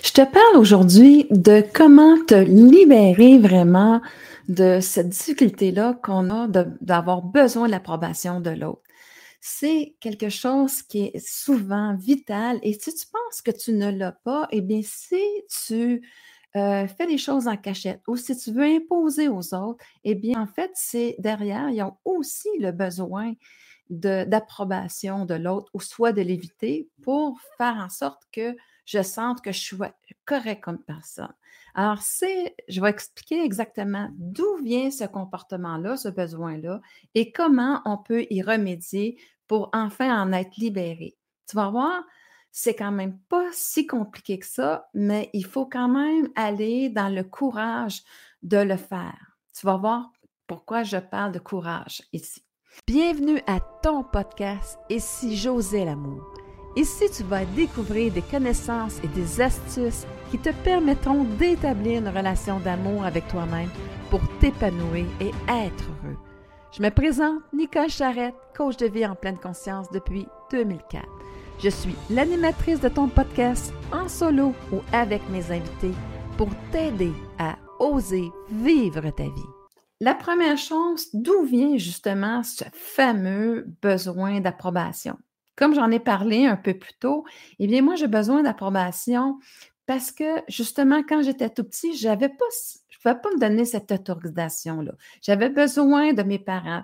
Je te parle aujourd'hui de comment te libérer vraiment de cette difficulté-là qu'on a d'avoir besoin de l'approbation de l'autre. C'est quelque chose qui est souvent vital et si tu penses que tu ne l'as pas, eh bien, si tu fais les choses en cachette ou si tu veux imposer aux autres, eh bien, en fait, c'est derrière, ils ont aussi le besoin d'approbation de l'autre ou soit de l'éviter pour faire en sorte que je sente que je suis correct comme personne. Alors, je vais expliquer exactement d'où vient ce comportement-là, ce besoin-là, et comment on peut y remédier pour enfin en être libéré. Tu vas voir, c'est quand même pas si compliqué que ça, mais il faut quand même aller dans le courage de le faire. Tu vas voir pourquoi je parle de courage ici. Bienvenue à ton podcast « Et si j'osais l'amour ». Ici, tu vas découvrir des connaissances et des astuces qui te permettront d'établir une relation d'amour avec toi-même pour t'épanouir et être heureux. Je me présente Nicole Charrette, coach de vie en pleine conscience depuis 2004. Je suis l'animatrice de ton podcast en solo ou avec mes invités pour t'aider à oser vivre ta vie. La première chose, d'où vient justement ce fameux besoin d'approbation? Comme j'en ai parlé un peu plus tôt, eh bien, moi, j'ai besoin d'approbation parce que, justement, quand j'étais tout petit, je ne pouvais pas me donner cette autorisation-là. J'avais besoin de mes parents,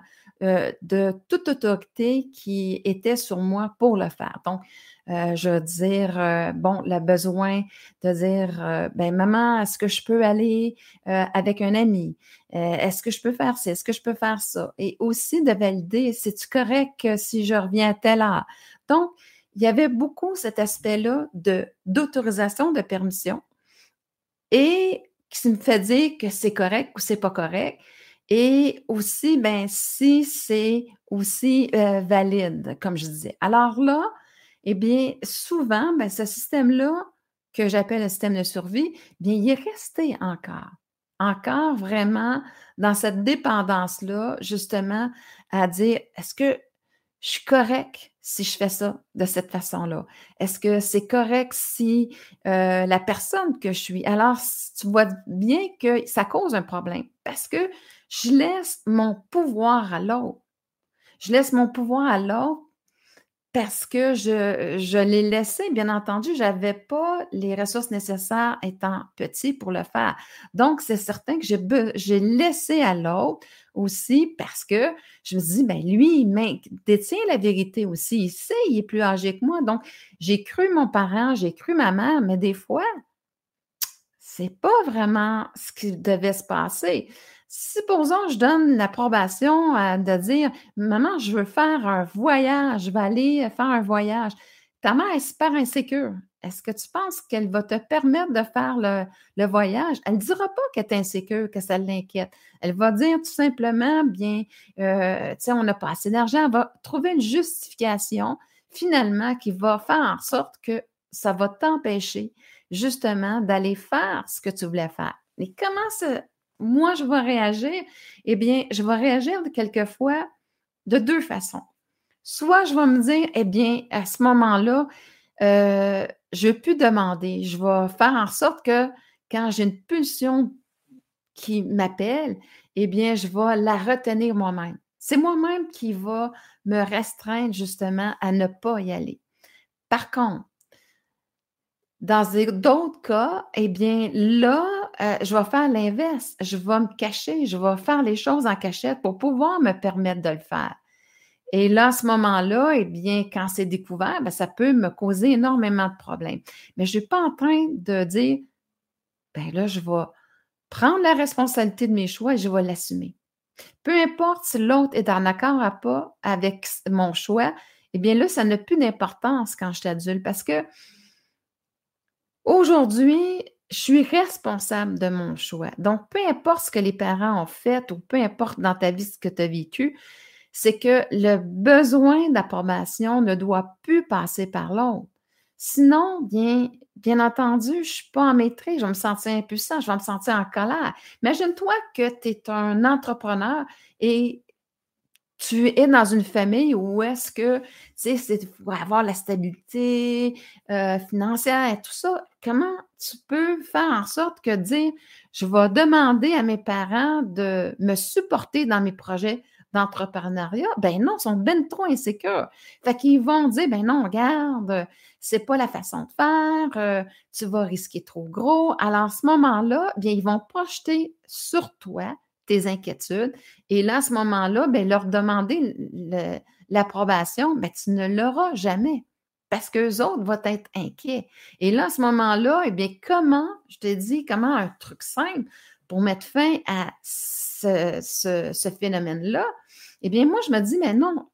de toute autorité qui était sur moi pour le faire. Donc, je veux dire, le besoin de dire, ben maman, est-ce que je peux aller avec un ami? Est-ce que je peux faire ça? Est-ce que je peux faire ça? Et aussi de valider, c'est-tu correct si je reviens à telle heure? Donc, il y avait beaucoup cet aspect-là d'autorisation, de permission et qui me fait dire que c'est correct ou c'est pas correct. Et aussi, ben, si c'est aussi valide, comme je disais. Alors là, eh bien, souvent, ben, ce système-là, que j'appelle le système de survie, bien, il est resté encore vraiment dans cette dépendance-là, justement, à dire, est-ce que je suis correct si je fais ça de cette façon-là? Est-ce que c'est correct si la personne que je suis? Alors, tu vois bien que ça cause un problème parce que je laisse mon pouvoir à l'autre. Je laisse mon pouvoir à l'autre parce que je l'ai laissé, bien entendu, je n'avais pas les ressources nécessaires étant petit pour le faire. Donc, c'est certain que j'ai laissé à l'autre aussi parce que je me dis, ben lui, il détient la vérité aussi. Il sait, il est plus âgé que moi. Donc, j'ai cru mon parent, j'ai cru ma mère, mais des fois, c'est pas vraiment ce qui devait se passer. Supposons je donne l'approbation de dire: «Maman, je veux faire un voyage, je vais aller faire un voyage». Ta mère est super insécure. Est-ce que tu penses qu'elle va te permettre de faire le voyage? Elle ne dira pas qu'elle est insécure, que ça l'inquiète. Elle va dire tout simplement: «Bien, tu sais, on n'a pas assez d'argent». Elle va trouver une justification, finalement, qui va faire en sorte que ça va t'empêcher justement d'aller faire ce que tu voulais faire. Mais moi, je vais réagir? Eh bien, je vais réagir quelquefois de deux façons. Soit je vais me dire, eh bien, à ce moment-là, je ne vais plus demander. Je vais faire en sorte que quand j'ai une pulsion qui m'appelle, eh bien, je vais la retenir moi-même. C'est moi-même qui va me restreindre justement à ne pas y aller. Par contre, dans d'autres cas, eh bien là, je vais faire l'inverse. Je vais me cacher, je vais faire les choses en cachette pour pouvoir me permettre de le faire. Et là, à ce moment-là, eh bien, quand c'est découvert, bien, ça peut me causer énormément de problèmes. Mais je ne suis pas en train de dire, ben là, je vais prendre la responsabilité de mes choix et je vais l'assumer. Peu importe si l'autre est en accord ou pas avec mon choix, eh bien là, ça n'a plus d'importance quand je suis adulte parce que aujourd'hui, je suis responsable de mon choix. Donc, peu importe ce que les parents ont fait ou peu importe dans ta vie ce que tu as vécu, c'est que le besoin d'approbation ne doit plus passer par l'autre. Sinon, bien entendu, je ne suis pas en maîtrise, je vais me sentir impuissant, je vais me sentir en colère. Imagine-toi que tu es un entrepreneur et tu es dans une famille où est-ce que, tu sais, c'est faut avoir la stabilité, financière et tout ça. Comment tu peux faire en sorte que dire: «Je vais demander à mes parents de me supporter dans mes projets d'entrepreneuriat», ben non, ils sont ben trop insécures. Fait qu'ils vont dire: «Ben non, regarde, c'est pas la façon de faire, tu vas risquer trop gros». Alors à ce moment-là, bien, ils vont projeter sur toi tes inquiétudes et là, à ce moment-là, ben leur demander l'approbation, ben tu ne l'auras jamais parce qu'eux autres vont être inquiets. Et là, à ce moment-là, eh bien, comment, je te dis, comment un truc simple pour mettre fin à ce phénomène-là? Eh bien, moi, je me dis, mais non,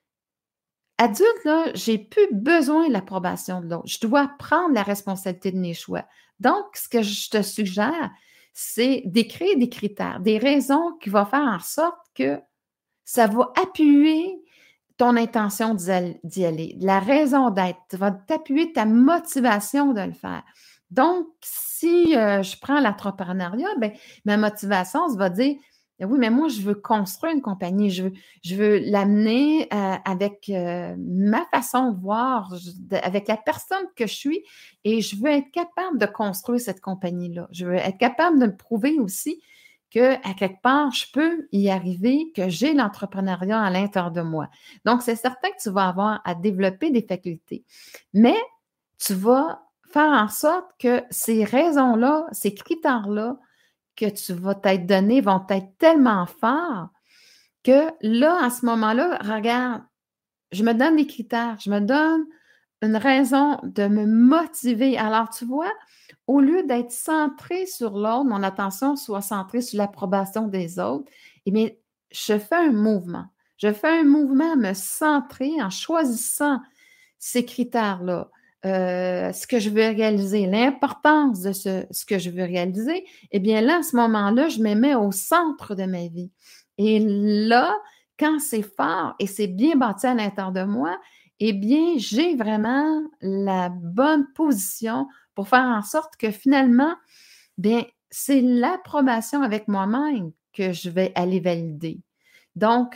adulte, là, j'ai plus besoin de l'approbation de l'autre. Je dois prendre la responsabilité de mes choix. Donc, ce que je te suggère, c'est d'écrire des critères, des raisons qui vont faire en sorte que ça va appuyer ton intention d'y aller, la raison d'être, ça va t'appuyer ta motivation de le faire. Donc, si je prends l'entrepreneuriat, ben, ma motivation, ça va dire, ben oui, mais moi, je veux construire une compagnie, je veux l'amener avec ma façon de voir, avec la personne que je suis, et je veux être capable de construire cette compagnie-là. Je veux être capable de me prouver aussi que à quelque part, je peux y arriver, que j'ai l'entrepreneuriat à l'intérieur de moi. Donc, c'est certain que tu vas avoir à développer des facultés, mais tu vas faire en sorte que ces raisons-là, ces critères-là que tu vas t'être donné vont être tellement forts que là, à ce moment-là, regarde, je me donne des critères, je me donne une raison de me motiver. Alors, tu vois, au lieu d'être centré sur l'autre, mon attention soit centrée sur l'approbation des autres, eh bien, je fais un mouvement. Je fais un mouvement à me centrer en choisissant ces critères-là, ce que je veux réaliser, l'importance de ce que je veux réaliser. Eh bien, là, à ce moment-là, je me mets au centre de ma vie. Et là, quand c'est fort et c'est bien bâti à l'intérieur de moi, eh bien, j'ai vraiment la bonne position pour faire en sorte que finalement, bien, c'est l'approbation avec moi-même que je vais aller valider. Donc,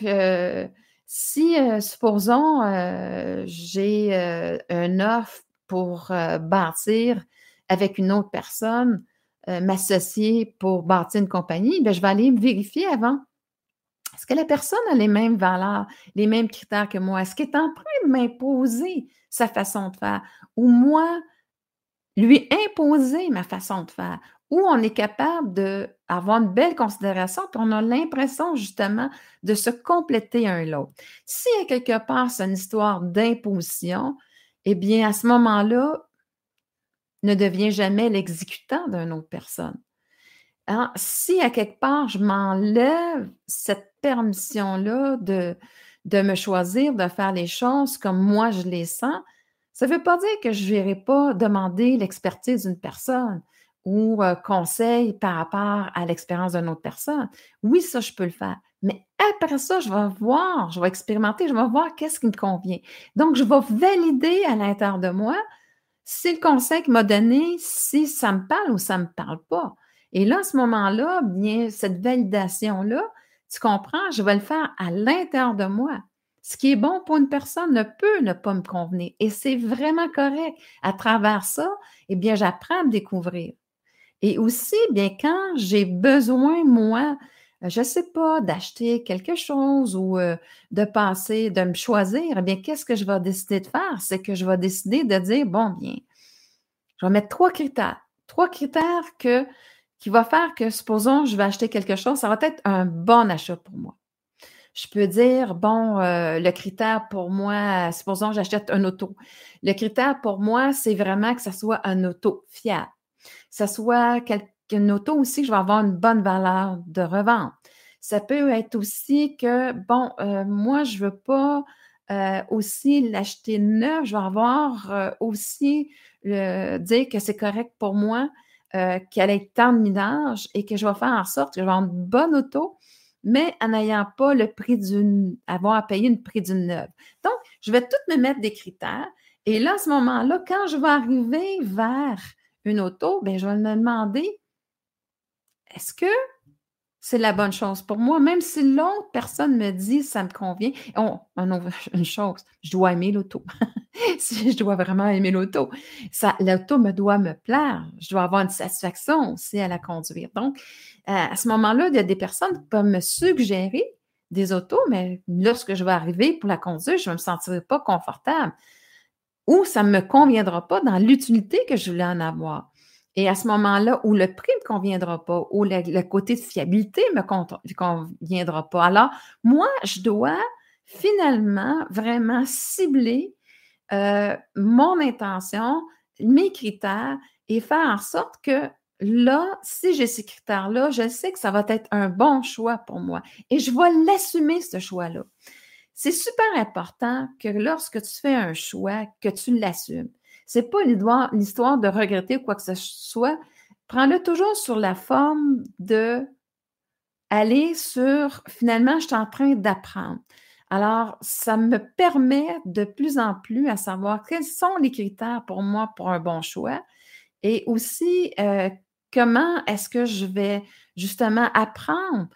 si, supposons, j'ai, une offre pour, bâtir avec une autre personne, m'associer pour bâtir une compagnie, bien, je vais aller vérifier avant. Est-ce que la personne a les mêmes valeurs, les mêmes critères que moi? Est-ce qu'elle est en train de m'imposer sa façon de faire? Ou moi, lui imposer ma façon de faire? Ou on est capable d'avoir une belle considération, puis on a l'impression justement de se compléter un l'autre. Si à quelque part c'est une histoire d'imposition, eh bien à ce moment-là, ne deviens jamais l'exécutant d'une autre personne. Hein, si à quelque part, je m'enlève cette permission-là de me choisir, de faire les choses comme moi je les sens, ça ne veut pas dire que je n'irai pas demander l'expertise d'une personne ou conseil par rapport à l'expérience d'une autre personne. Oui, ça, je peux le faire. Mais après ça, je vais voir, je vais expérimenter, je vais voir qu'est-ce qui me convient. Donc, je vais valider à l'intérieur de moi si le conseil qu'il m'a donné, si ça me parle ou ça ne me parle pas. Et là, à ce moment-là, bien, cette validation-là, tu comprends, je vais le faire à l'intérieur de moi. Ce qui est bon pour une personne ne peut ne pas me convenir. Et c'est vraiment correct. À travers ça, eh bien, j'apprends à me découvrir. Et aussi, bien, quand j'ai besoin, moi, je ne sais pas, d'acheter quelque chose ou de passer, de me choisir, eh bien, qu'est-ce que je vais décider de faire? C'est que je vais décider de dire, bon, bien, je vais mettre 3 critères. 3 critères qui vont faire que, supposons, je vais acheter quelque chose, ça va être un bon achat pour moi. Je peux dire, bon, le critère pour moi, supposons que j'achète un auto. Le critère pour moi, c'est vraiment que ça soit un auto fiable. Que ça soit une auto aussi que je vais avoir une bonne valeur de revente. Ça peut être aussi que, bon, moi, je ne veux pas aussi l'acheter neuf. Je vais avoir aussi dire que c'est correct pour moi qu'elle ait tant de millage et que je vais faire en sorte que je vais avoir une bonne auto, mais en n'ayant pas le prix avoir à payer le prix d'une neuve. Donc, je vais tout me mettre des critères. Et là, à ce moment-là, quand je vais arriver vers une auto, bien, je vais me demander, est-ce que c'est la bonne chose pour moi, même si l'autre personne me dit ça me convient. Une chose, je dois aimer l'auto. Si je dois vraiment aimer l'auto, l'auto me doit me plaire. Je dois avoir une satisfaction aussi à la conduire. Donc, à ce moment-là, il y a des personnes qui peuvent me suggérer des autos, mais lorsque je vais arriver pour la conduire, je ne me sentirai pas confortable ou ça ne me conviendra pas dans l'utilité que je voulais en avoir. Et à ce moment-là, où le prix ne me conviendra pas, ou le côté de fiabilité ne me conviendra pas. Alors, moi, je dois finalement vraiment cibler mon intention, mes critères et faire en sorte que là, si j'ai ces critères-là, je sais que ça va être un bon choix pour moi et je vais l'assumer, ce choix-là. C'est super important que lorsque tu fais un choix, que tu l'assumes. C'est pas l'histoire de regretter ou quoi que ce soit. Prends-le toujours sur la forme de aller sur, finalement, je suis en train d'apprendre. Alors, ça me permet de plus en plus à savoir quels sont les critères pour moi pour un bon choix et aussi comment est-ce que je vais justement apprendre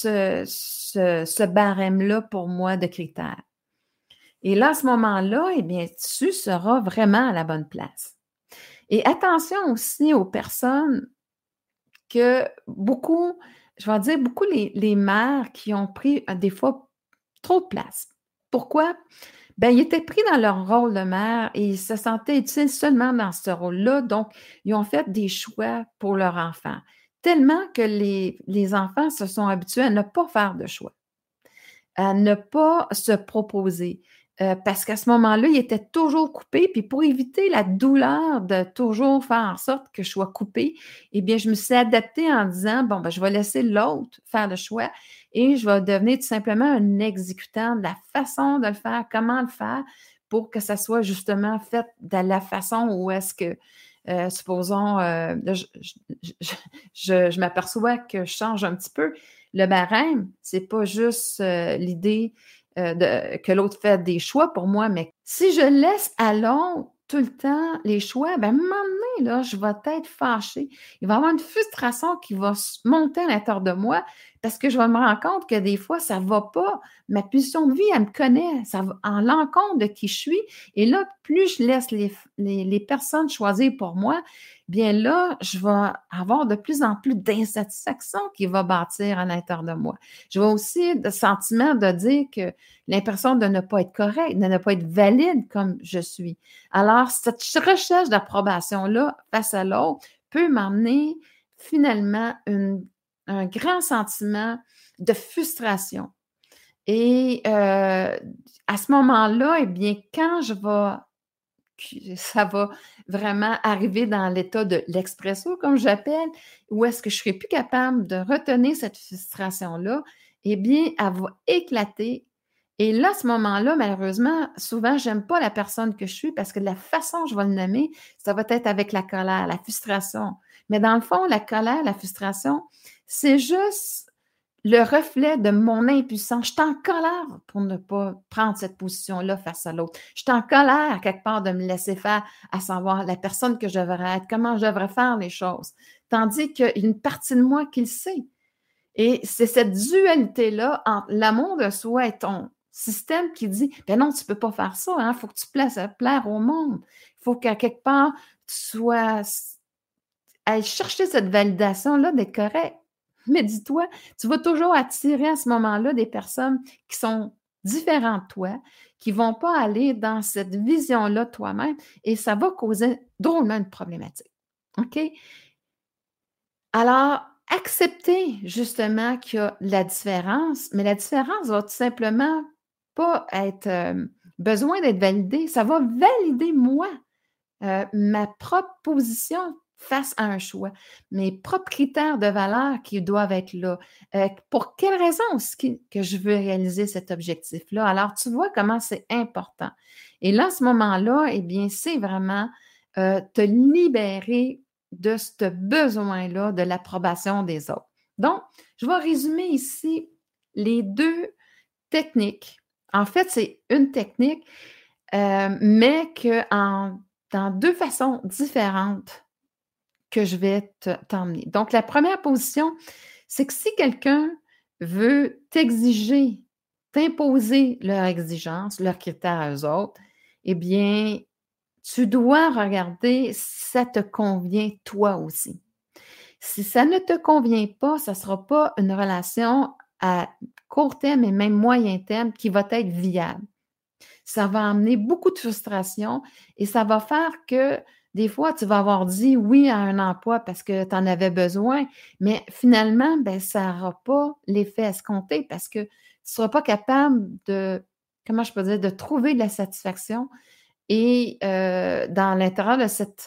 ce barème-là pour moi de critères. Et là, à ce moment-là, eh bien, tu seras vraiment à la bonne place. Et attention aussi aux personnes que beaucoup, je vais dire beaucoup les mères qui ont pris des fois trop de place. Pourquoi? Ben, ils étaient pris dans leur rôle de mère et ils se sentaient utiles seulement dans ce rôle-là. Donc, ils ont fait des choix pour leur enfant. Tellement que les enfants se sont habitués à ne pas faire de choix, à ne pas se proposer. Parce qu'à ce moment-là, il était toujours coupé. Puis pour éviter la douleur de toujours faire en sorte que je sois coupée, eh bien, je me suis adaptée en disant, bon, ben, je vais laisser l'autre faire le choix et je vais devenir tout simplement un exécutant de la façon de le faire, comment le faire pour que ça soit justement fait de la façon où est-ce que, supposons, je m'aperçois que je change un petit peu. Le barème, c'est pas juste l'idée que l'autre fait des choix pour moi, mais si je laisse à l'autre tout le temps les choix, ben, à un moment donné, là, je vais être fâchée. Il va y avoir une frustration qui va monter à l'intérieur de moi parce que je vais me rendre compte que des fois, ça ne va pas. Ma position de vie, elle me connaît. Ça va en l'encontre de qui je suis. Et là, plus je laisse les personnes choisir pour moi, bien là, je vais avoir de plus en plus d'insatisfaction qui va bâtir à l'intérieur de moi. Je vais aussi le sentiment de dire que l'impression de ne pas être correct, de ne pas être valide comme je suis. Alors, cette recherche d'approbation-là face à l'autre peut m'emmener finalement un grand sentiment de frustration. Et à ce moment-là, eh bien, quand ça va vraiment arriver dans l'état de l'expresso, comme j'appelle, où est-ce que je ne serai plus capable de retenir cette frustration-là, eh bien, elle va éclater. Et là, à ce moment-là, malheureusement, souvent, je n'aime pas la personne que je suis parce que la façon dont je vais le nommer, ça va être avec la colère, la frustration. Mais dans le fond, la colère, la frustration, c'est juste le reflet de mon impuissance. Je suis en colère pour ne pas prendre cette position-là face à l'autre. Je suis en colère quelque part de me laisser faire, à savoir la personne que je devrais être, comment je devrais faire les choses. Tandis qu'il y a une partie de moi qui le sait. Et c'est cette dualité-là entre l'amour de soi et ton système qui dit, ben non, tu ne peux pas faire ça, il faut que tu plaire au monde. Il faut qu'à quelque part, tu sois aller chercher cette validation-là d'être correct. Mais dis-toi, tu vas toujours attirer à ce moment-là des personnes qui sont différentes de toi, qui ne vont pas aller dans cette vision-là de toi-même et ça va causer drôlement une problématique. OK? Alors, accepter justement qu'il y a de la différence, mais la différence va tout simplement pas être besoin d'être validée. Ça va valider moi, ma propre position face à un choix, mes propres critères de valeur qui doivent être là. Pour quelle raison aussi que je veux réaliser cet objectif-là? Alors, tu vois comment c'est important. Et là, à ce moment-là, eh bien, c'est vraiment te libérer de ce besoin-là de l'approbation des autres. Donc, je vais résumer ici les deux techniques. En fait, c'est une technique, mais dans deux façons différentes que je vais t'emmener. Donc, la première position, C'est que si quelqu'un veut t'exiger, t'imposer leurs exigences, leurs critères à eux autres, eh bien, tu dois regarder si ça te convient toi aussi. Si ça ne te convient pas, ça ne sera pas une relation à court terme et même moyen terme qui va être viable. Ça va amener beaucoup de frustration et ça va faire que des fois, tu vas avoir dit oui à un emploi parce que tu en avais besoin, mais finalement, ben, ça n'aura pas l'effet escompté parce que tu ne seras pas capable de, comment je peux dire, de trouver de la satisfaction et dans l'intérieur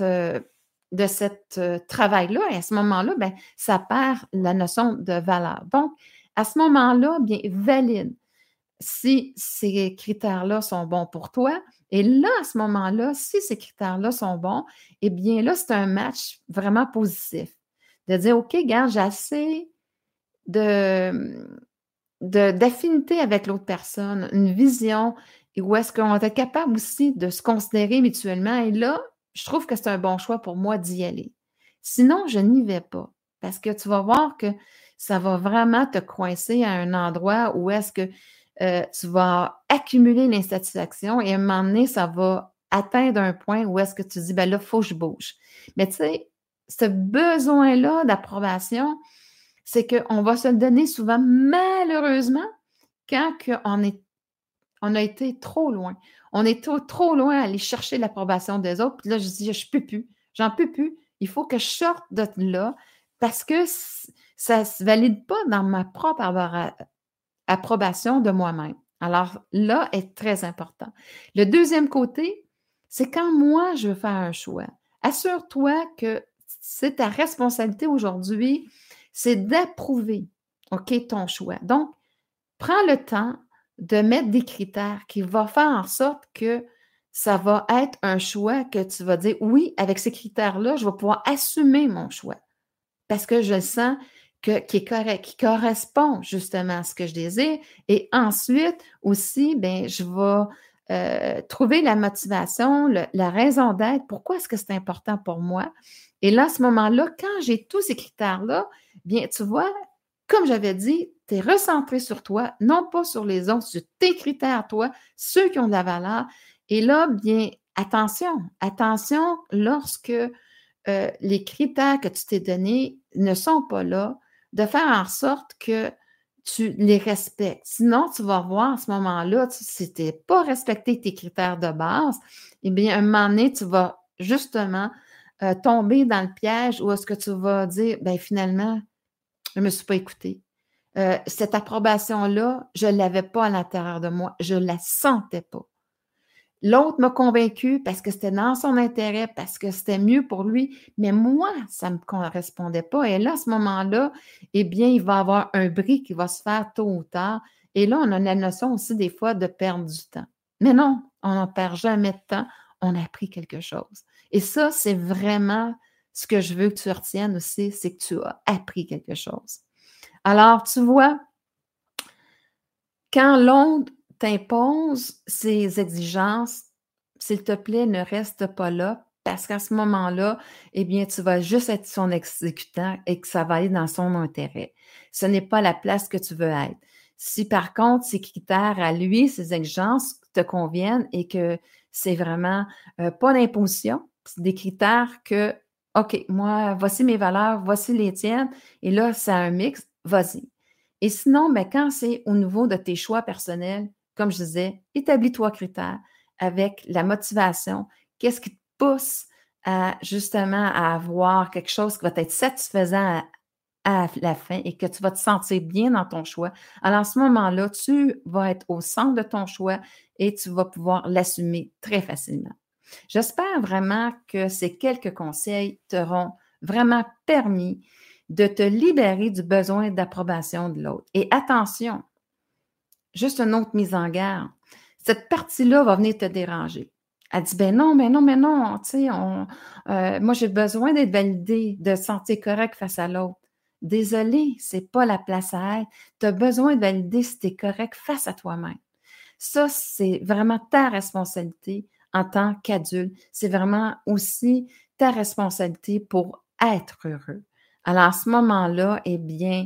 de cette travail-là, et à ce moment-là, ben, ça perd la notion de valeur. Donc, à ce moment-là, bien, valide si ces critères-là sont bons pour toi. Et là, à ce moment-là, si ces critères-là sont bons, eh bien là, c'est un match vraiment positif. De dire, OK, regarde, j'ai assez de, d'affinité avec l'autre personne, une vision, et où est-ce qu'on est capable aussi de se considérer mutuellement. Et là, je trouve que c'est un bon choix pour moi d'y aller. Sinon, je n'y vais pas. Parce que tu vas voir que ça va vraiment te coincer à un endroit où est-ce que tu vas accumuler l'insatisfaction et à un moment donné, ça va atteindre un point où est-ce que tu dis, ben là, il faut que je bouge. Mais tu sais, ce besoin-là d'approbation, c'est qu'on va se le donner souvent, malheureusement, quand on a été trop loin. On est trop loin à aller chercher l'approbation des autres. Puis là, je dis, je ne peux plus, j'en peux plus. Il faut que je sorte de là parce que ça ne se valide pas dans ma propre approbation de moi-même. Alors là est très important. Le deuxième côté, c'est quand moi, je veux faire un choix. Assure-toi que c'est ta responsabilité aujourd'hui, c'est d'approuver, OK, ton choix. Donc, prends le temps de mettre des critères qui vont faire en sorte que ça va être un choix que tu vas dire, oui, avec ces critères-là, je vais pouvoir assumer mon choix parce que je sens qui est correct, qui correspond justement à ce que je désire. Et ensuite, aussi, ben, je vais trouver la motivation, la raison d'être, pourquoi est-ce que c'est important pour moi. Et là, à ce moment-là, quand j'ai tous ces critères-là, bien, tu vois, comme j'avais dit, tu es recentré sur toi, non pas sur les autres, sur tes critères, toi, ceux qui ont de la valeur. Et là, bien, attention lorsque les critères que tu t'es donnés ne sont pas là, de faire en sorte que tu les respectes. Sinon, tu vas voir à ce moment-là, si tu n'as pas respecté tes critères de base, eh bien, à un moment donné, tu vas justement tomber dans le piège où est-ce que tu vas dire, ben finalement, je ne me suis pas écoutée. Cette approbation-là, je ne l'avais pas à l'intérieur de moi. Je ne la sentais pas. L'autre m'a convaincu parce que c'était dans son intérêt, parce que c'était mieux pour lui, mais moi, ça ne me correspondait pas. Et là, à ce moment-là, eh bien, il va y avoir un bris qui va se faire tôt ou tard. Et là, on a la notion aussi des fois de perdre du temps. Mais non, on n'en perd jamais de temps, on a appris quelque chose. Et ça, c'est vraiment ce que je veux que tu retiennes aussi, c'est que tu as appris quelque chose. Alors, tu vois, quand l'autre t'impose ses exigences, s'il te plaît, ne reste pas là parce qu'à ce moment-là, eh bien, tu vas juste être son exécutant et que ça va aller dans son intérêt. Ce n'est pas la place que tu veux être. Si par contre, ses critères à lui, ses exigences te conviennent et que c'est vraiment pas d'imposition, c'est des critères que, OK, moi, voici mes valeurs, voici les tiennes, et là, c'est un mix, vas-y. Et sinon, ben, quand c'est au niveau de tes choix personnels, comme je disais, établis toi critères avec la motivation. Qu'est-ce qui te pousse à justement à avoir quelque chose qui va être satisfaisant à la fin et que tu vas te sentir bien dans ton choix. Alors, à ce moment-là, tu vas être au centre de ton choix et tu vas pouvoir l'assumer très facilement. J'espère vraiment que ces quelques conseils t'auront vraiment permis de te libérer du besoin d'approbation de l'autre. Et attention, juste une autre mise en garde, cette partie-là va venir te déranger. Elle dit, ben non, ben non, mais non, tu sais, moi j'ai besoin d'être validée, de se sentir correct face à l'autre. Désolée, c'est pas la place à être. Tu as besoin de valider si tu es correct face à toi-même. Ça, c'est vraiment ta responsabilité en tant qu'adulte. C'est vraiment aussi ta responsabilité pour être heureux. Alors, à ce moment-là, eh bien,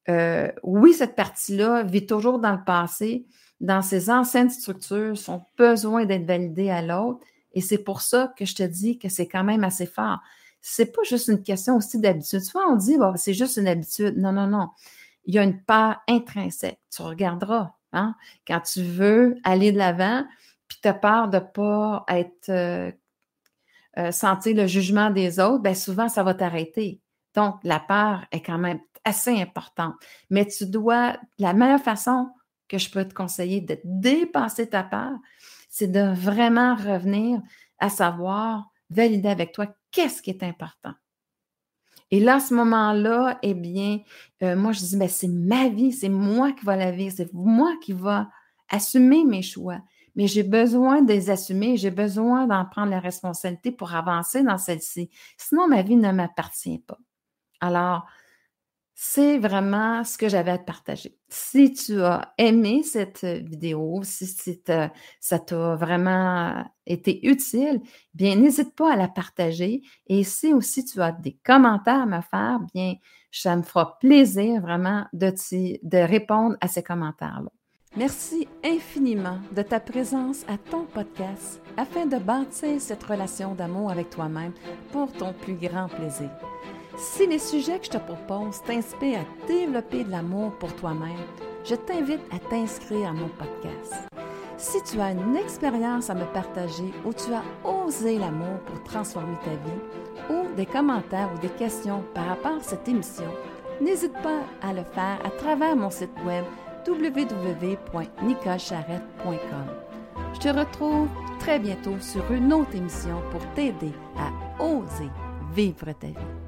oui, cette partie-là vit toujours dans le passé, dans ses anciennes structures, son besoin d'être validé à l'autre. Et c'est pour ça que je te dis que c'est quand même assez fort. C'est pas juste une question aussi d'habitude. Souvent, on dit, bon, c'est juste une habitude. Non, non, non. Il y a une part intrinsèque. Tu regarderas, hein, quand tu veux aller de l'avant, puis tu as peur de ne pas être sentir le jugement des autres, bien souvent, ça va t'arrêter. Donc, la peur est quand même assez importante. Mais tu dois, la meilleure façon que je peux te conseiller de dépasser ta peur, c'est de vraiment revenir à savoir, valider avec toi qu'est-ce qui est important. Et là, à ce moment-là, eh bien, moi, je dis, ben, c'est ma vie, c'est moi qui va la vivre, c'est moi qui va assumer mes choix. Mais j'ai besoin de les assumer, j'ai besoin d'en prendre la responsabilité pour avancer dans celle-ci. Sinon, ma vie ne m'appartient pas. Alors, c'est vraiment ce que j'avais à te partager. Si tu as aimé cette vidéo, si ça t'a vraiment été utile, bien, n'hésite pas à la partager. Et si aussi tu as des commentaires à me faire, bien, ça me fera plaisir vraiment de répondre à ces commentaires-là. Merci infiniment de ta présence à ton podcast afin de bâtir cette relation d'amour avec toi-même pour ton plus grand plaisir. Si les sujets que je te propose t'inspirent à développer de l'amour pour toi-même, je t'invite à t'inscrire à mon podcast. Si tu as une expérience à me partager où tu as osé l'amour pour transformer ta vie, ou des commentaires ou des questions par rapport à cette émission, n'hésite pas à le faire à travers mon site web www.nicolecharrette.com. Je te retrouve très bientôt sur une autre émission pour t'aider à oser vivre ta vie.